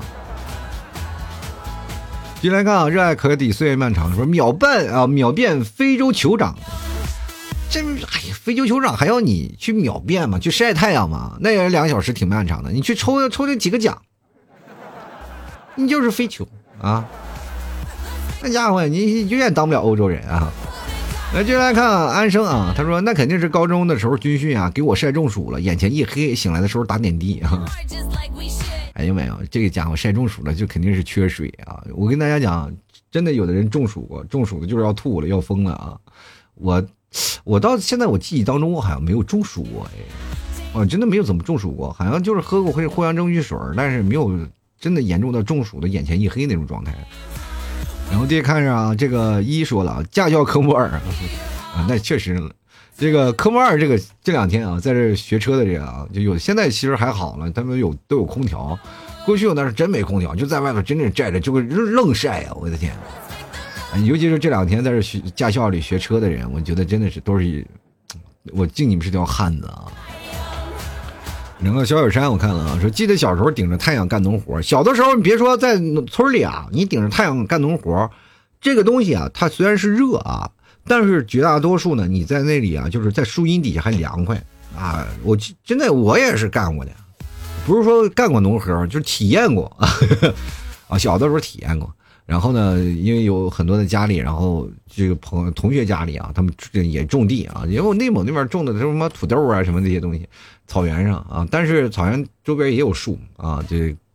接来看啊，热爱可抵岁月漫长，说秒变非洲酋长。这哎呀，非洲酋长还要你去秒变吗？去晒太阳吗？那也2小时挺漫长的。你去抽这几个奖，你就是非酋啊！那家伙你永远当不了欧洲人啊！来，接来看安生啊，他说那肯定是高中的时候军训啊，给我晒中暑了，眼前一黑，醒来的时候打点滴啊。哎呀妈呀，这个家伙晒中暑了，就肯定是缺水啊！我跟大家讲，真的有的人中暑过，中暑的就是要吐了，要疯了啊！我到现在我记忆当中我好像没有中暑过，哎，我真的没有怎么中暑过，好像就是喝过藿香正气水，但是没有真的严重到中暑的眼前一黑那种状态。然后这看着啊，这个一说了驾校科目2啊，那确实这个科目2这2天啊，在这学车的人啊，就有现在其实还好了，他们都有空调，过去我那是真没空调，就在外头真正晒着就愣晒啊，我的天！尤其是这2天在这驾校里学车的人，我觉得真的是都是，我敬你们是条汉子啊！然后小山我看了啊，说记得小时候顶着太阳干农活，小的时候你别说在村里啊，你顶着太阳干农活，这个东西啊，它虽然是热啊，但是绝大多数呢，你在那里啊，就是在树荫底下还凉快啊。真的我也是干过的，不是说干过农活，就是体验过啊，小的时候体验过。然后呢，因为有很多的家里，然后这个同学家里啊，他们也种地啊，因为我内蒙那边种的什么土豆啊什么这些东西，草原上啊，但是草原周边也有树啊，这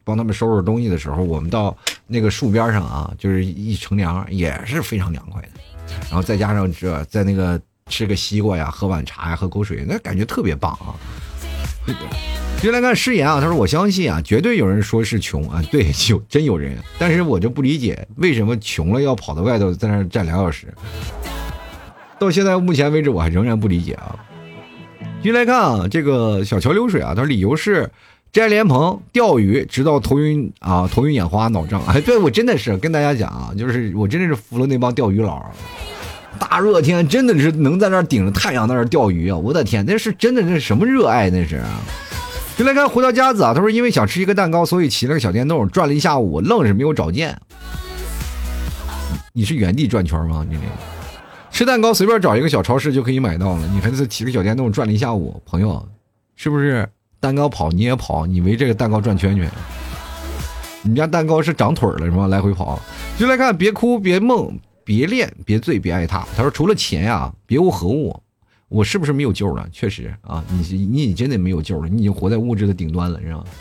帮他们收拾东西的时候，我们到那个树边上啊，就是一乘凉，也是非常凉快的。然后再加上在那个吃个西瓜呀，喝碗茶呀，喝口水，那感觉特别棒啊。就来看诗言啊，他说我相信啊，绝对有人说是穷啊，对，真有人，但是我就不理解为什么穷了要跑到外头在那站2小时。到现在目前为止我还仍然不理解啊。就来看啊，这个小桥流水啊，他说理由是摘莲蓬钓鱼直到头晕眼花脑胀。哎，对，我真的是跟大家讲啊，就是我真的是服了那帮钓鱼佬，大热天真的是能在那儿顶着太阳在那儿钓鱼啊，我的天，那是真的是什么热爱那是啊。就来看回到家子啊，他说因为想吃一个蛋糕，所以骑了个小电动转了一下午，愣是没有找见。你是原地转圈吗？你吃蛋糕随便找一个小超市就可以买到了，你还是骑个小电动转了一下午，朋友，是不是蛋糕跑你也跑，你围这个蛋糕转圈圈？你家蛋糕是长腿了是吗？来回跑。就来看别哭别梦别恋别醉别爱他，他说除了钱呀，别无何物。我是不是没有救了？确实啊，你真的没有救了，你已经活在物质的顶端了，是吧？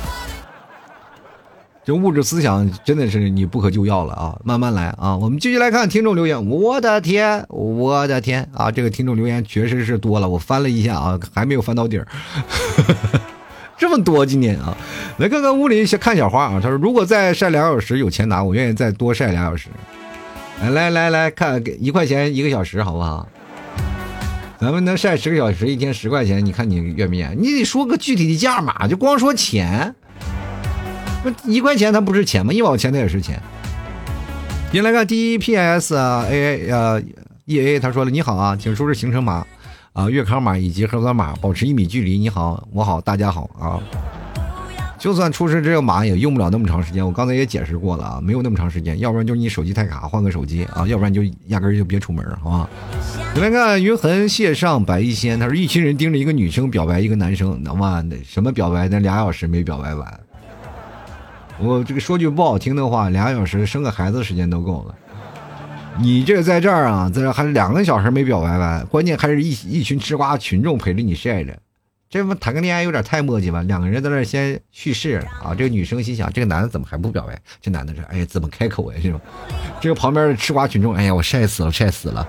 这物质思想真的是你不可救药了啊！慢慢来啊！我们继续来看听众留言。我的天啊！这个听众留言确实是多了，我翻了一下啊，还没有翻到底儿。这么多今天啊！来看看屋里看小花啊，他说如果再晒2小时有钱拿，我愿意再多晒2小时。来看1块钱1个小时好不好？咱们能晒10个小时，1天10块钱，你看你愿不愿意？你得说个具体的价码，就光说钱，1块钱它不是钱吗？1毛钱它也是钱。您来看DPS EA 他说了，你好啊，请出示行程码粤康码以及核酸码，保持1米距离。你好，我好，大家好啊。就算出示这个码也用不了那么长时间，我刚才也解释过了啊，没有那么长时间，要不然就是你手机太卡换个手机啊，要不然就压根就别出门，好吧？你来看云痕谢上白一仙，他说一群人盯着一个女生表白一个男生，那么什么表白？那2小时没表白完。我这个说句不好听的话，2小时生个孩子时间都够了。你这个在这儿啊，在这还是2个小时没表白完，关键还是一群吃瓜群众陪着你晒着。这不谈个恋爱有点太磨叽吧？2个人在那先叙事啊，这个女生心想，这个男的怎么还不表白？这男的说，哎，怎么开口呀？是吧？这个旁边的吃瓜群众，哎呀，我晒死了。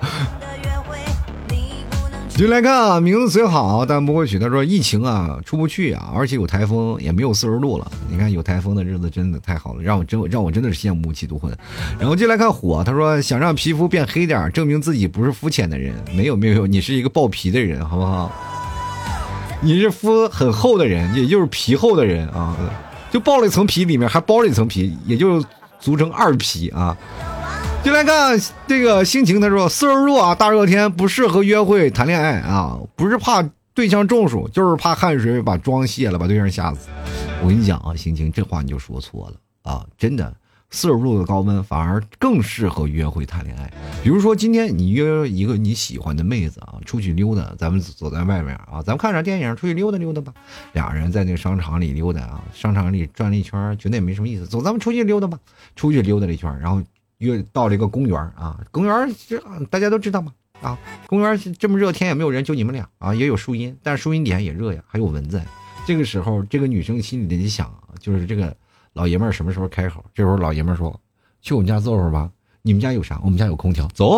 就来看啊，名字虽好但不会取。他说疫情啊出不去啊，而且有台风，也没有40度了。你看有台风的日子真的太好了，让我真的是羡慕七度婚。然后就来看火，他说想让皮肤变黑点，证明自己不是肤浅的人。没有，你是一个爆皮的人，好不好？你是肤很厚的人，也就是皮厚的人啊，就爆了一层皮，里面还包了一层皮，也就组成2皮啊。就来看这个心情，他说40度啊，大热天不适合约会谈恋爱啊，不是怕对象中暑，就是怕汗水把妆卸了，把对象吓死。我跟你讲啊，心情这话你就说错了啊，真的，40度的高温反而更适合约会谈恋爱。比如说今天你约一个你喜欢的妹子啊，出去溜达，咱们走在外面啊，咱们看场电影，出去溜达溜达吧。2人在那个商场里溜达啊，商场里转了一圈，觉得也没什么意思，走，咱们出去溜达吧。出去溜达了一圈，然后约到了一个公园啊，公园大家都知道嘛啊，公园这么热天也没有人，就你们俩啊，也有树荫，但是树荫底下也热呀，还有蚊子。这个时候，这个女生心里得想，就是这个老爷们儿什么时候开口？这时候老爷们儿说：“去我们家坐会儿吧。你们家有啥？我们家有空调。走。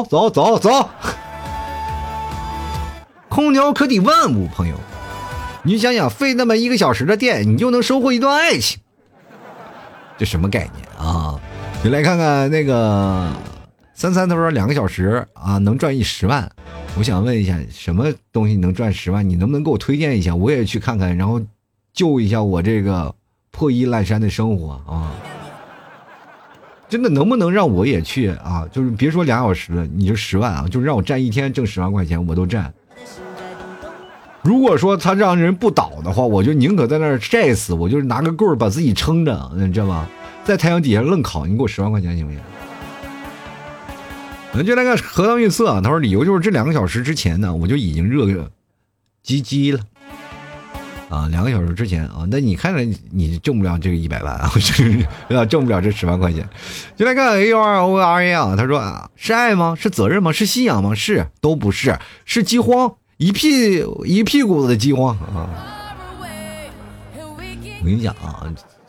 空调可抵万物，朋友。你想想，费那么1个小时的电，你就能收获一段爱情，这什么概念啊？就来看看那个33，他说2个小时啊能赚10万。我想问一下，什么东西能赚10万？你能不能给我推荐一下？我也去看看，然后救一下我这个破衣烂衫的生活啊！真的能不能让我也去啊？就是别说2小时了，你就10万啊，就是让我站1天挣10万块钱，我都站。如果说他让人不倒的话，我就宁可在那儿晒死，我就拿个棍儿把自己撑着，你知道吗？在太阳底下愣烤，你给我10万块钱行不行？就来看核桃运色啊，他说理由就是这2个小时之前呢，我就已经热个鸡鸡了啊，2个小时之前啊，那你看着你挣不了这个100万啊，挣不了这10万块钱。就来看 AORORA 啊，他说啊，是爱吗？是责任吗？是信仰吗？是都不是，是饥荒，一屁股子的饥荒啊！我跟你讲啊，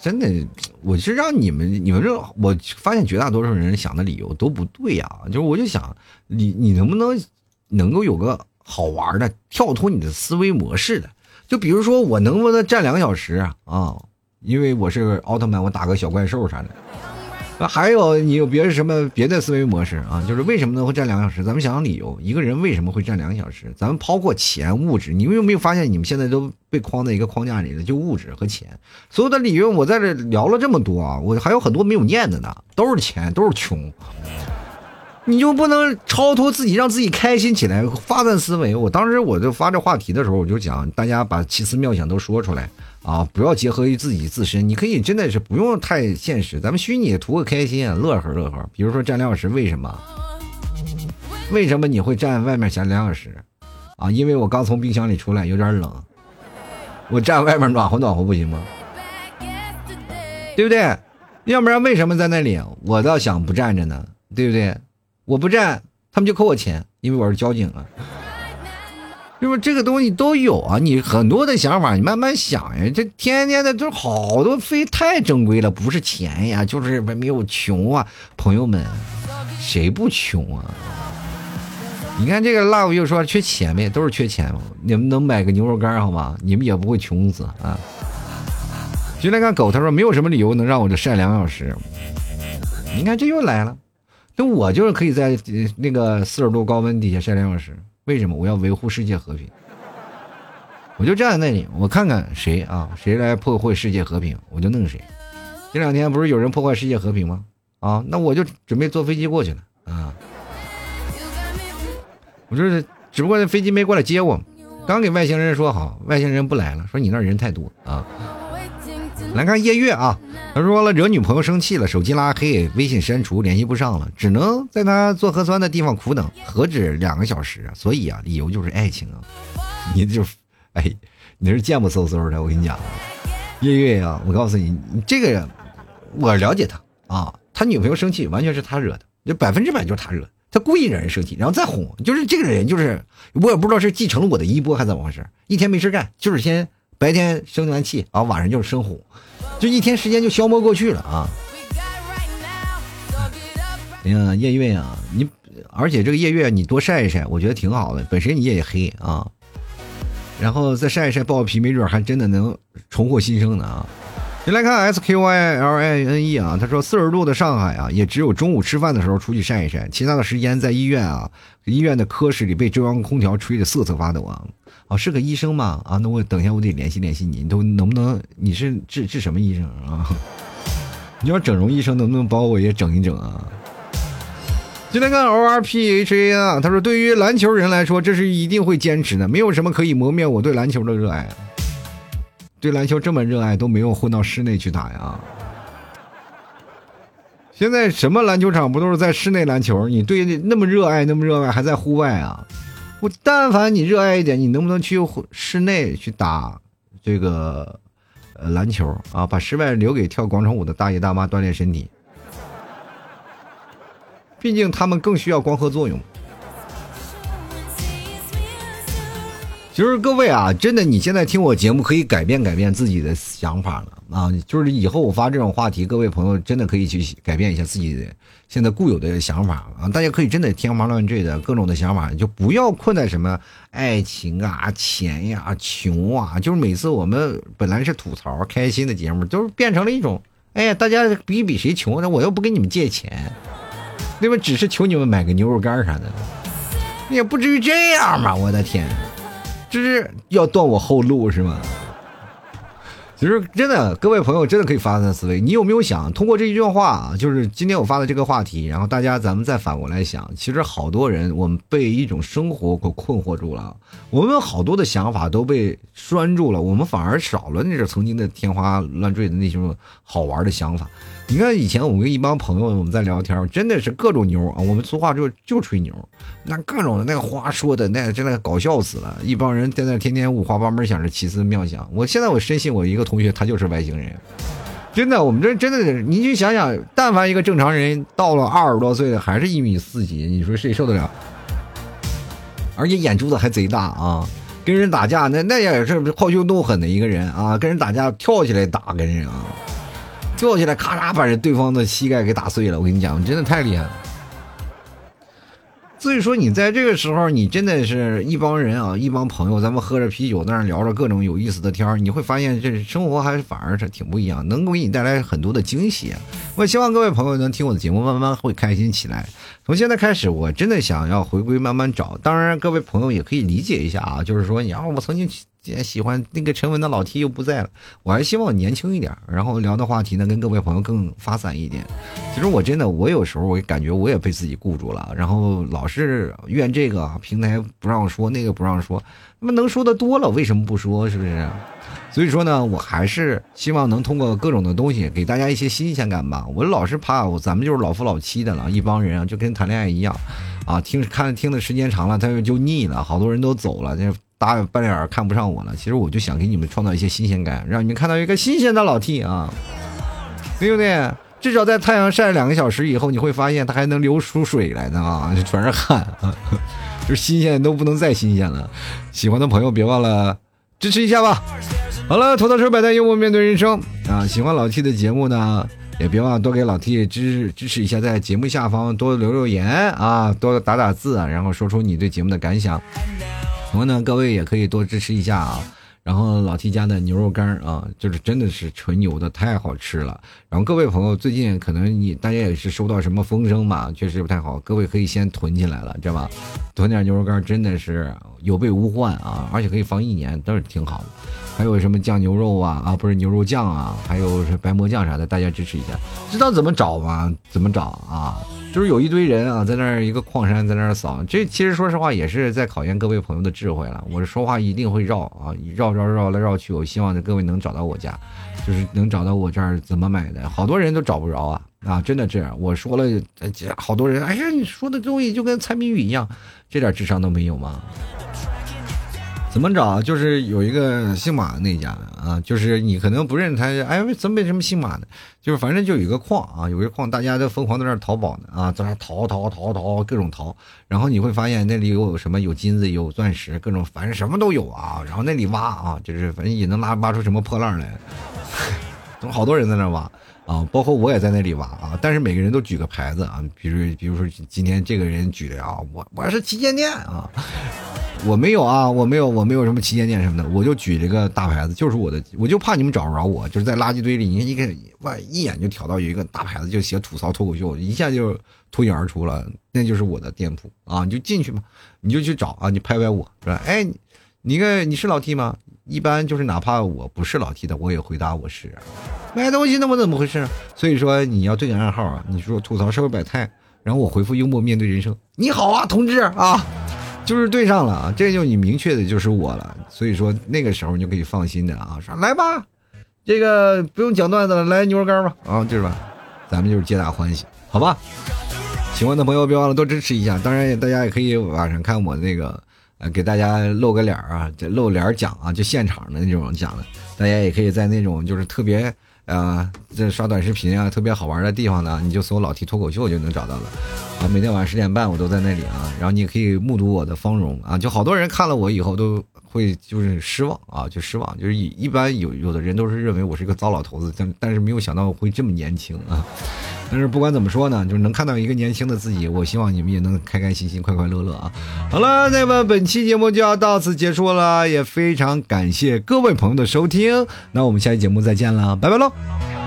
真的，我是让你们这，我发现绝大多数人想的理由都不对呀。就是我就想，你能不能够有个好玩的，跳脱你的思维模式的？就比如说，我能不能站2个小时啊？因为我是奥特曼，我打个小怪兽啥的。还有你有什么别的思维模式啊？就是为什么能会站2个小时？咱们想想理由，一个人为什么会站2个小时？咱们抛过钱物质，你们有没有发现你们现在都被框在一个框架里了？就物质和钱，所有的理由我在这聊了这么多啊，我还有很多没有念的呢，都是钱，都是穷。你就不能超脱自己，让自己开心起来，发散思维。我当时我就发这话题的时候，我就讲大家把奇思妙想都说出来啊，不要结合于自己自身。你可以真的是不用太现实，咱们虚拟图个开心啊，乐呵乐呵。比如说站2小时，为什么你会站外面想2小时啊？因为我刚从冰箱里出来，有点冷，我站外面暖和暖和不行吗？对不对？要不然为什么在那里我倒想不站着呢？对不对？我不站，他们就扣我钱，因为我是交警啊。因为这个东西都有啊，你很多的想法，你慢慢想呀。这天天的都好多非太正规了，不是钱呀，就是没有穷啊，朋友们，谁不穷啊？你看这个 love 又说缺钱呗，都是缺钱嘛。你们能买个牛肉干好吗？你们也不会穷死啊。就来看狗，他说没有什么理由能让我这晒2个小时。你看这又来了。那我就是可以在那个40度高温底下晒2小时，为什么？我要维护世界和平。我就站在那里，我看看谁来破坏世界和平，我就弄谁。这2天不是有人破坏世界和平吗？啊，那我就准备坐飞机过去了啊。我就是只不过那飞机没过来接我，刚给外星人说好，外星人不来了，说你那人太多啊。来看夜月啊，他说了惹女朋友生气了，手机拉黑，微信删除，联系不上了，只能在他做核酸的地方苦等，何止2个小时啊！所以啊，理由就是爱情啊！你是贱不嗖嗖的，我跟你讲，夜月啊，我告诉你，这个人我了解他啊，他女朋友生气完全是他惹的，就100%就是他惹的，他故意惹人生气，然后再哄，就是这个人就是我也不知道是继承了我的衣钵还是怎么回事，一天没事干，就是先白天生完气啊，晚上就是生火，就一天时间就消磨过去了啊。哎呀，夜月啊，而且这个夜月你多晒一晒，我觉得挺好的，本身你也黑啊，然后再晒一晒爆皮，没准还真的能重获新生呢啊。你来看 SQYLINE 啊，他说40度的上海啊，也只有中午吃饭的时候出去晒一晒，其他的时间在医院的科室里被中央空调吹得瑟瑟发抖啊。哦，是个医生吗？啊，那我等一下我得联系联系你，你都能不能？你是治什么医生啊？你要整容医生能不能帮我也整一整啊？就来看 ORPHA 啊，他说对于篮球人来说，这是一定会坚持的，没有什么可以磨灭我对篮球的热爱。对篮球这么热爱都没有混到室内去打呀。现在什么篮球场不都是在室内篮球？你对那么热爱还在户外啊？我但凡你热爱一点，你能不能去室内去打这个篮球啊？把室外留给跳广场舞的大爷大妈锻炼身体，毕竟他们更需要光合作用。其实各位啊，真的你现在听我节目可以改变自己的想法了啊！就是以后我发这种话题，各位朋友真的可以去改变一下自己的现在固有的想法啊！大家可以真的天花乱坠的各种的想法，就不要困在什么爱情啊、钱呀、穷啊，就是每次我们本来是吐槽开心的节目，都是变成了一种哎呀，大家比一比谁穷，那我又不跟你们借钱，对吧？只是求你们买个牛肉干啥的，也不至于这样嘛！我的天！这是要断我后路是吗？其实真的，各位朋友真的可以发散思维。你有没有想通过这一句话，就是今天我发的这个话题，然后咱们再反过来想，其实好多人我们被一种生活给困惑住了，我们好多的想法都被拴住了，我们反而少了那种曾经的天花乱坠的那种好玩的想法。你看以前我们跟一帮朋友我们在聊天，真的是各种牛啊！我们俗话就吹牛，那各种的那个话说的那真的搞笑死了。一帮人在那天天五花八门想着奇思妙想。我现在我深信我一个同学他就是外星人，真的，我们这真的是你去想想，但凡一个正常人到了20多岁的还是1.4米几，你说谁受得了？而且眼珠子还贼大啊！跟人打架那也是好凶斗狠的一个人啊！跟人打架跳起来打跟人啊！ 坐起来咔嚓把对方的膝盖给打碎了。我跟你讲，真的太厉害了。所以说你在这个时候，你真的是一帮人啊，一帮朋友，咱们喝着啤酒在那聊着各种有意思的天，你会发现这生活还是反而是挺不一样，能够给你带来很多的惊喜。我希望各位朋友能听我的节目，慢慢会开心起来。从现在开始，我真的想要回归慢慢找。当然，各位朋友也可以理解一下啊，就是说，我曾经喜欢那个沉稳的老 T 又不在了，我还希望年轻一点，然后聊的话题呢跟各位朋友更发散一点。其实我有时候我感觉我也被自己固住了，然后老是怨这个平台不让说，那个不让说，那么能说的多了，为什么不说？是不是？所以说呢，我还是希望能通过各种的东西给大家一些新鲜感吧。我老是怕咱们就是老夫老妻的了，一帮人啊，就跟谈恋爱一样啊，听的时间长了，他就腻了，好多人都走了，这大半脸看不上我了。其实我就想给你们创造一些新鲜感，让你们看到一个新鲜的老 T 啊，对不对？至少在太阳晒2个小时以后，你会发现它还能流出水来的啊，就全是汗啊，就是新鲜都不能再新鲜了。喜欢的朋友别忘了支持一下吧。好了，头头是摆摊，幽默面对人生啊！喜欢老 T 的节目呢，也别忘了多给老 T 支持一下，在节目下方多留言啊，多打字啊，然后说出你对节目的感想。然后呢，各位也可以多支持一下啊。然后老 T 家的牛肉干啊，就是真的是纯牛的，太好吃了。然后各位朋友，最近可能大家也是收到什么风声嘛，确实不太好，各位可以先囤起来了，知道吧？囤点牛肉干真的是有备无患啊，而且可以放1年，都是挺好的。还有什么酱牛肉啊，不是牛肉酱啊，还有白馍酱啥的，大家支持一下。知道怎么找吗？怎么找啊？就是有一堆人啊，在那儿一个矿山在那儿扫，这其实说实话也是在考验各位朋友的智慧了。我说话一定会绕啊，绕来绕去，我希望各位能找到我家，就是能找到我这儿怎么买的。好多人都找不着啊，真的这样。我说了，好多人，哎呀，你说的东西就跟猜谜语一样，这点智商都没有吗？怎么找？就是有一个姓马的那家啊，就是你可能不认识他，哎，怎么为什么姓马呢？就是反正就有一个矿啊，有一个矿，大家都疯狂在那儿淘宝呢啊，在那儿淘，各种淘，然后你会发现那里有什么有金子有钻石，各种反正什么都有啊，然后那里挖啊，就是反正也能挖出什么破烂来，好多人在那儿挖啊，包括我也在那里挖啊，但是每个人都举个牌子啊，比如说今天这个人举的啊，我是旗舰店啊。我没有啊，我没有什么旗舰店什么的，我就举这个大牌子，就是我的，我就怕你们找不着我，就是在垃圾堆里，你看一眼就挑到有一个大牌子，就写吐槽脱口秀，一下就脱颖而出了，那就是我的店铺啊，你就进去嘛，你就去找啊，你拍拍我是吧？哎，你是老 T 吗？一般就是哪怕我不是老 T 的，我也回答我是。买东西那么怎么回事？所以说你要对点暗号啊，你说吐槽社会百态，然后我回复幽默面对人生，你好啊，同志啊。就是对上了啊，这就你明确的就是我了，所以说那个时候你就可以放心的啊，说来吧，这个不用讲段子了，来牛肉干吧啊，就是吧，咱们就是皆大欢喜，好吧？喜欢的朋友别忘了多支持一下，当然大家也可以晚上看我那个给大家露个脸啊，这露脸讲啊，就现场的那种讲的，大家也可以在那种就是特别这刷短视频啊，特别好玩的地方呢，你就搜老 T 脱口秀就能找到了啊。每天晚上10点半我都在那里啊，然后你也可以目睹我的芳容啊。就好多人看了我以后都会就是失望啊，就是一般有的人都是认为我是一个糟老头子，但是没有想到我会这么年轻啊。但是不管怎么说呢，就是能看到一个年轻的自己，我希望你们也能开开心心快快乐乐啊。好了，那么本期节目就要到此结束了，也非常感谢各位朋友的收听，那我们下期节目再见了，拜拜喽。